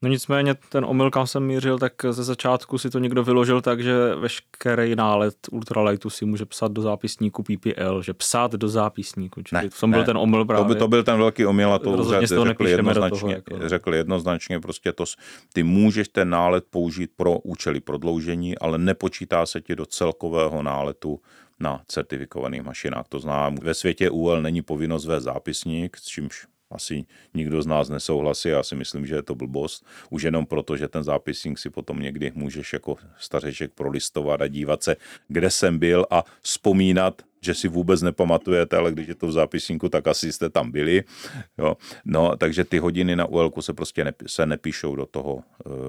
No nicméně ten omyl, kam jsem mířil, tak ze začátku si to někdo vyložil tak, že veškerý nálet ultralightu si může psát do zápisníku PPL, že psát do zápisníku. Čili v tom byl ten omyl právě. To byl ten velký omyl a to řekli jednoznačně prostě ty můžeš ten nálet použít pro účely prodloužení, ale nepočítá se ti do celkového náletu na certifikovaných mašinách. To znamená, ve světě UL není povinnost vést zápisník, s čímž asi nikdo z nás nesouhlasí, já si myslím, že je to blbost. Už jenom proto, že ten zápisník si potom někdy můžeš jako stařeček prolistovat a dívat se, kde jsem byl a vzpomínat, že si vůbec nepamatujete, ale když je to v zápisníku, tak asi jste tam byli. Jo. No, takže ty hodiny na UL se prostě se nepíšou do toho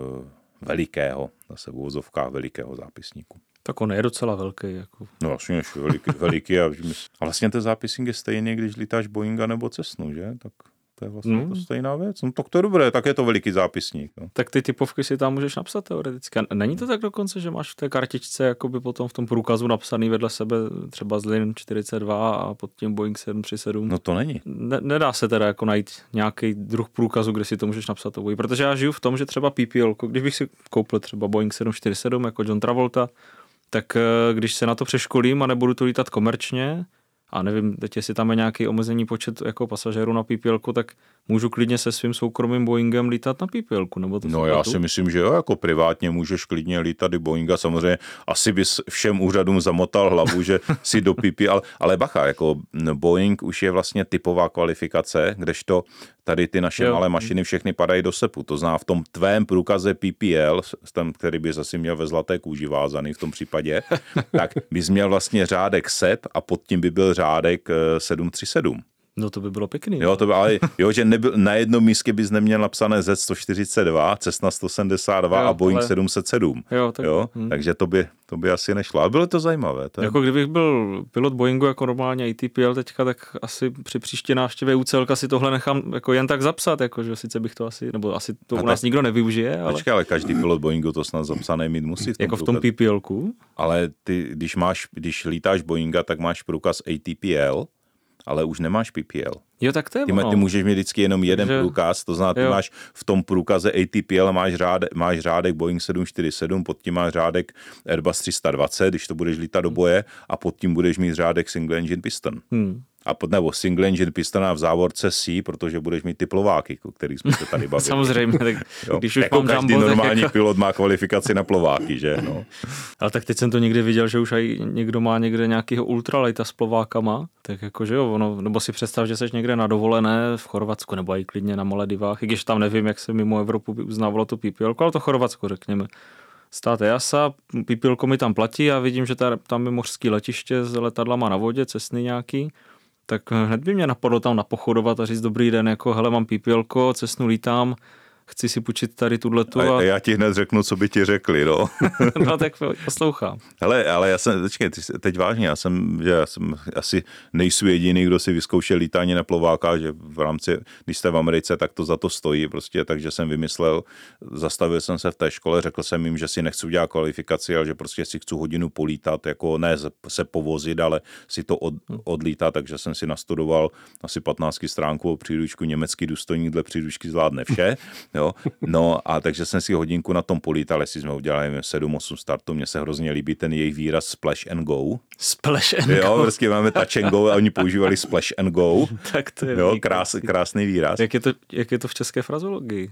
velikého, zase v uvozovkách velikého zápisníku. Tak on je docela velký. Jako. No vlastně veliký a vlastně ten zápisník je stejný, když lítáš Boeinga nebo Cessnu, že? Tak to je vlastně to stejná věc. No tak to je dobré, tak je to veliký zápisník. No. Tak ty typovky si tam můžeš napsat teoreticky. Není to tak dokonce, že máš v té kartičce jakoby potom v tom průkazu napsaný vedle sebe třeba Zlin 42 a pod tím Boeing 737? No to není. Nedá se teda jako najít nějaký druh průkazu, kde si to můžeš napsat obojí. Protože já žiju v tom, že třeba PPL, když bych si koupil třeba Boeing 747 jako John Travolta, tak když se na to přeškolím a nebudu to lítat komerčně, a nevím, teď jestli tam je nějaký omezený počet jako pasažérů na PPL-ku, tak můžu klidně se svým soukromým Boeingem lítat na PPL-ku, nebo to? No já si myslím, že jo, jako privátně můžeš klidně lítat i Boeinga, samozřejmě asi bys všem úřadům zamotal hlavu, že si do PPL, ale bacha, jako Boeing už je vlastně typová kvalifikace, kdežto tady ty naše malé mašiny všechny padají do SEPu, to znamená v tom tvém průkaze PPL, který bys asi měl ve zlaté kůži vázaný v tom případě, tak bys měl vlastně řádek SEP a pod tím by byl řádek 737. No to by bylo pěkný. Jo, že na jednom místě bys neměl napsané Z142, Cessna 172 a Boeing 707. Takže to by asi nešlo. Ale bylo to zajímavé. Jako kdybych byl pilot Boeingu jako normálně ATPL teďka, tak asi při příští návštěvě UCLka si tohle nechám jako jen tak zapsat, jako, že sice bych to asi, nebo asi to u nás nikdo nevyužije. Ale... Počkej, ale každý pilot Boeingu to snad zapsané mít musí. Jako v tom PPLku? Ale ty, když lítáš Boeinga, tak máš průkaz ATPL, ale už nemáš PPL. Jo, tak to je ty můžeš mít vždycky jenom jeden průkaz, to znamená, ty máš v tom průkaze ATPL máš řádek Boeing 747, pod tím máš řádek Airbus 320, když to budeš lítat do boje, a pod tím budeš mít řádek single engine piston. Nebo single engine pistona v závorce C, protože budeš mít ty plováky, o kterých jsme se tady bavili. Samozřejmě, tak když už jako mám každý normální pilot má kvalifikaci na plováky, že? No. Ale tak teď jsem to někdy viděl, že už aj někdo má někde nějakýho ultralighta s plovákama, tak jakože jo, nebo si představ, že seš někde na dovolené v Chorvatsku, nebo i klidně na Maledivách, i když tam nevím, jak se mimo Evropu uznávalo to PPL, ale to Chorvatsko, řekněme. Stát EASA, PPL mi tam platí a vidím, že tam je mořský letiště s letadlama na vodě, cestny nějaký. Tak hned by mě napadlo tam napochodovat a říct dobrý den, jako hele, mám PPL-ko, Cessnu lítám, chci si půjčit tady tuhletu. A já ti hned řeknu, co by ti řekli, no. No tak poslouchám. Hele, ale já jsem, teď vážně, já jsem asi nejsou jediný, kdo si vyzkoušel lítání na plovákách, že v rámci, když jste v Americe, tak to za to stojí prostě, takže jsem vymyslel, zastavil jsem se v té škole, řekl jsem jim, že si nechci udělat kvalifikaci, ale že prostě si chci hodinu polítat, jako ne se povozit, ale si to odlítat, takže jsem si nastudoval asi 15 stránkovou příručku německý důstojník dle příručky zvládne vše. Jo? No a takže jsem si hodinku na tom polítal, jestli jsme udělali 7-8 startů, mně se hrozně líbí ten jejich výraz splash and go. Splash and go. Jo, prostě máme touch and go a oni používali splash and go. Tak to je krásný výraz. Jak je to v české frazologii?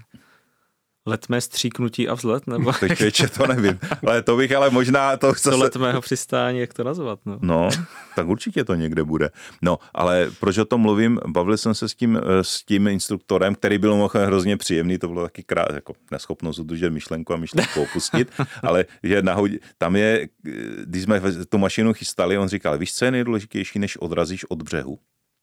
Letmé stříknutí a vzlet? Nebo teď většině to nevím, ale to bych ale možná... To letmého přistání, jak to nazvat? No, tak určitě to někde bude. No, ale proč o tom mluvím? Bavil jsem se s tím instruktorem, který byl možná hrozně příjemný, to bylo taky jako neschopnost udržet myšlenku a myšlenku opustit, ale že tam je, když jsme tu mašinu chystali, on říkal, víš, co je nejdůležitější, než odrazíš od břehu?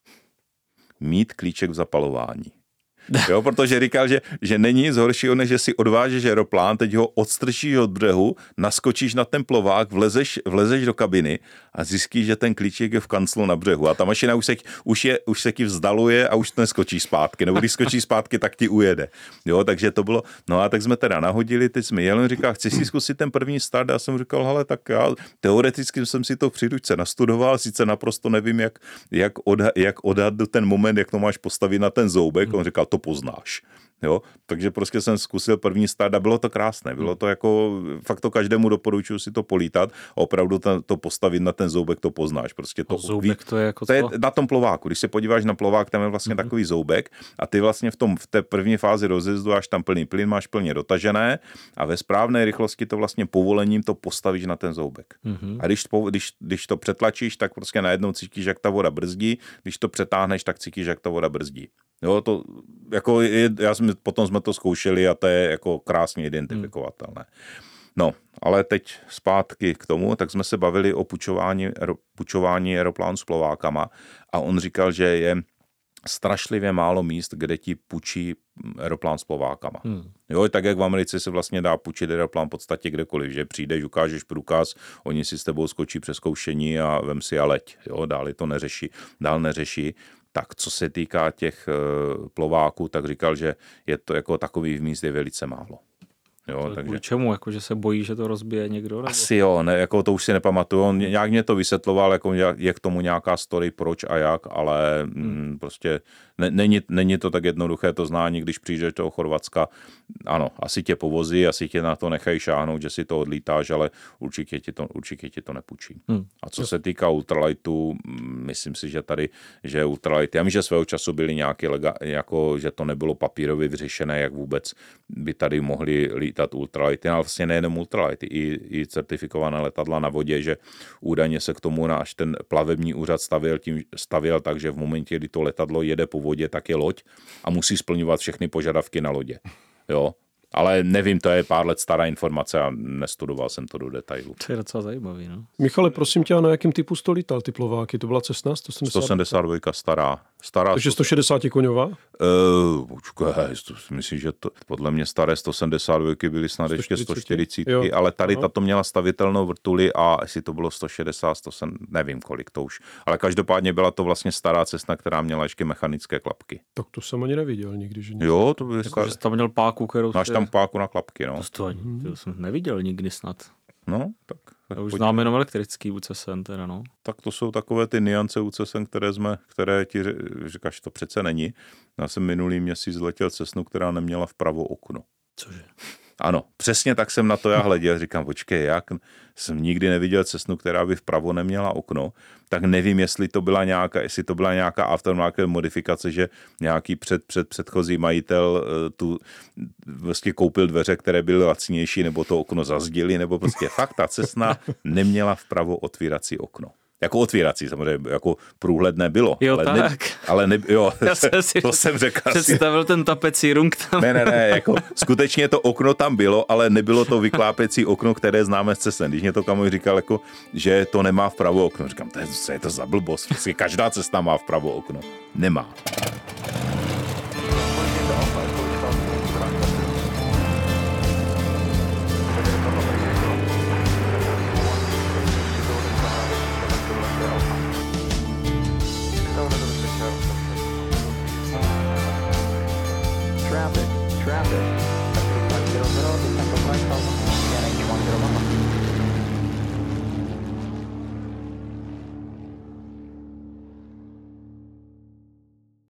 Mít klíček v zapalování. Jo, protože říkal, že není nic horšího, než že si odvážeš aeroplán, teď ho odstrčíš od břehu, naskočíš na ten plovák, vlezeš do kabiny a zjistíš, že ten klíček je v kanclu na břehu a ta mašina už se ti vzdaluje a už neskočíš zpátky, nebo když skočíš zpátky, tak ti ujede. Jo, takže to bylo, no a tak jsme teda nahodili, teď jsme jeli, on říkal, chci si zkusit ten první start, a já jsem říkal, hele, tak já teoreticky jsem si to v příručce nastudoval, sice naprosto nevím, jak odhadnout ten moment, jak to máš postavit na ten zoubek, on říkal, to poznáš. Jo, takže prostě jsem zkusil první start a bylo to krásné. Bylo to jako, fakt to každému doporučuji si to polítat a opravdu to postavit na ten zoubek, to poznáš. Prostě to, zoubek to je jako to je na tom plováku. Když se podíváš na plovák, tam je vlastně takový zoubek a ty vlastně v té první fázi rozjezdu až tam plný plyn, máš plně dotažené a ve správné rychlosti to vlastně povolením to postavíš na ten zoubek. A když to přetlačíš, tak prostě najednou cítíš, jak ta voda brzdí, když to přetáhneš, tak cítíš, jak ta voda brzdí. Jo, to jako potom jsme to zkoušeli a to je jako krásně identifikovatelné. No, ale teď zpátky k tomu, tak jsme se bavili o půjčování aeroplánu s plovákama a on říkal, že je strašlivě málo míst, kde ti půjčí aeroplán s plovákama. Jo, tak jak v Americe se vlastně dá půjčit aeroplán v podstatě kdekoliv, že přijdeš, ukážeš průkaz, oni si s tebou skočí přes zkoušení a vem si a leď. Jo, dál neřeší. Tak co se týká těch plováků, tak říkal, že je to jako takový míst je velice málo. Jo, takže... Čemu? Jako, že se bojí, že to rozbije někdo? Nebo? Asi jo, ne, jako to už si nepamatuju. On nějak mě to vysvětloval, jako je k tomu nějaká story, proč a jak, ale prostě není to tak jednoduché to znání, když přijdeš do Chorvatska. Ano, asi tě povozí, asi tě na to nechají šáhnout, že si to odlítáš, ale určitě ti to nepůjčí. A co se týká ultralightu, myslím si, že ultralight, já vím, že svého času byly nějaké jako, že to nebylo papírově vyřešené, jak vůbec by tady mohli lítat ultralighty, ale vlastně nejenom ultralighty, i certifikované letadla na vodě, že údajně se k tomu náš ten plavební úřad stavěl tak, že v momentě, kdy to letadlo jede po vodě, tak je loď a musí splňovat všechny požadavky na lodě. Jo? Ale nevím, to je pár let stará informace a nestudoval jsem to do detailu. To je docela zajímavý, no. Michale, prosím tě, a na jakém typu to lítal ty plováky? To byla Cessna 172 stará. Takže 160 koňová? Myslím, že to podle mě staré 172 byly snad ještě 140, ale tady tato měla stavitelnou vrtuli a jestli to bylo 160, nevím kolik to už. Ale každopádně byla to vlastně stará Cessna, která měla ještě mechanické klapky. Tak to jsem ani neviděl nikdy. Že jo, to by jako, že tam měl páku, kterou máš tam páku na klapky, no. To jsem neviděl nikdy snad. No, tak už znám jenom elektrický UCSN teda, no. Tak to jsou takové ty niance UCSN, které ti říkáš, to přece není. Já jsem minulý měsíc letěl Cessnu, která neměla vpravo okno. Cože? Ano, přesně tak jsem na to já hleděl. Říkám, počkej, jak jsem nikdy neviděl Cessnu, která by vpravo neměla okno, tak nevím, jestli to byla nějaká aftermarket modifikace, že nějaký předchozí majitel tu vlastně koupil dveře, které byly lacnější, nebo to okno zazdili, nebo prostě fakt ta Cessna neměla vpravo otvírací okno. Jako otvírací, samozřejmě, jako průhledné bylo. Jo, ale to jsem řekl. Představil ten tapecírung tam. Ne, jako skutečně to okno tam bylo, ale nebylo to vyklápěcí okno, které známe z Cessny. Když mě to kamoš říkal, jako, že to nemá vpravo okno, říkám, co je to za blbost? Prostě každá Cessna má vpravo okno. Nemá.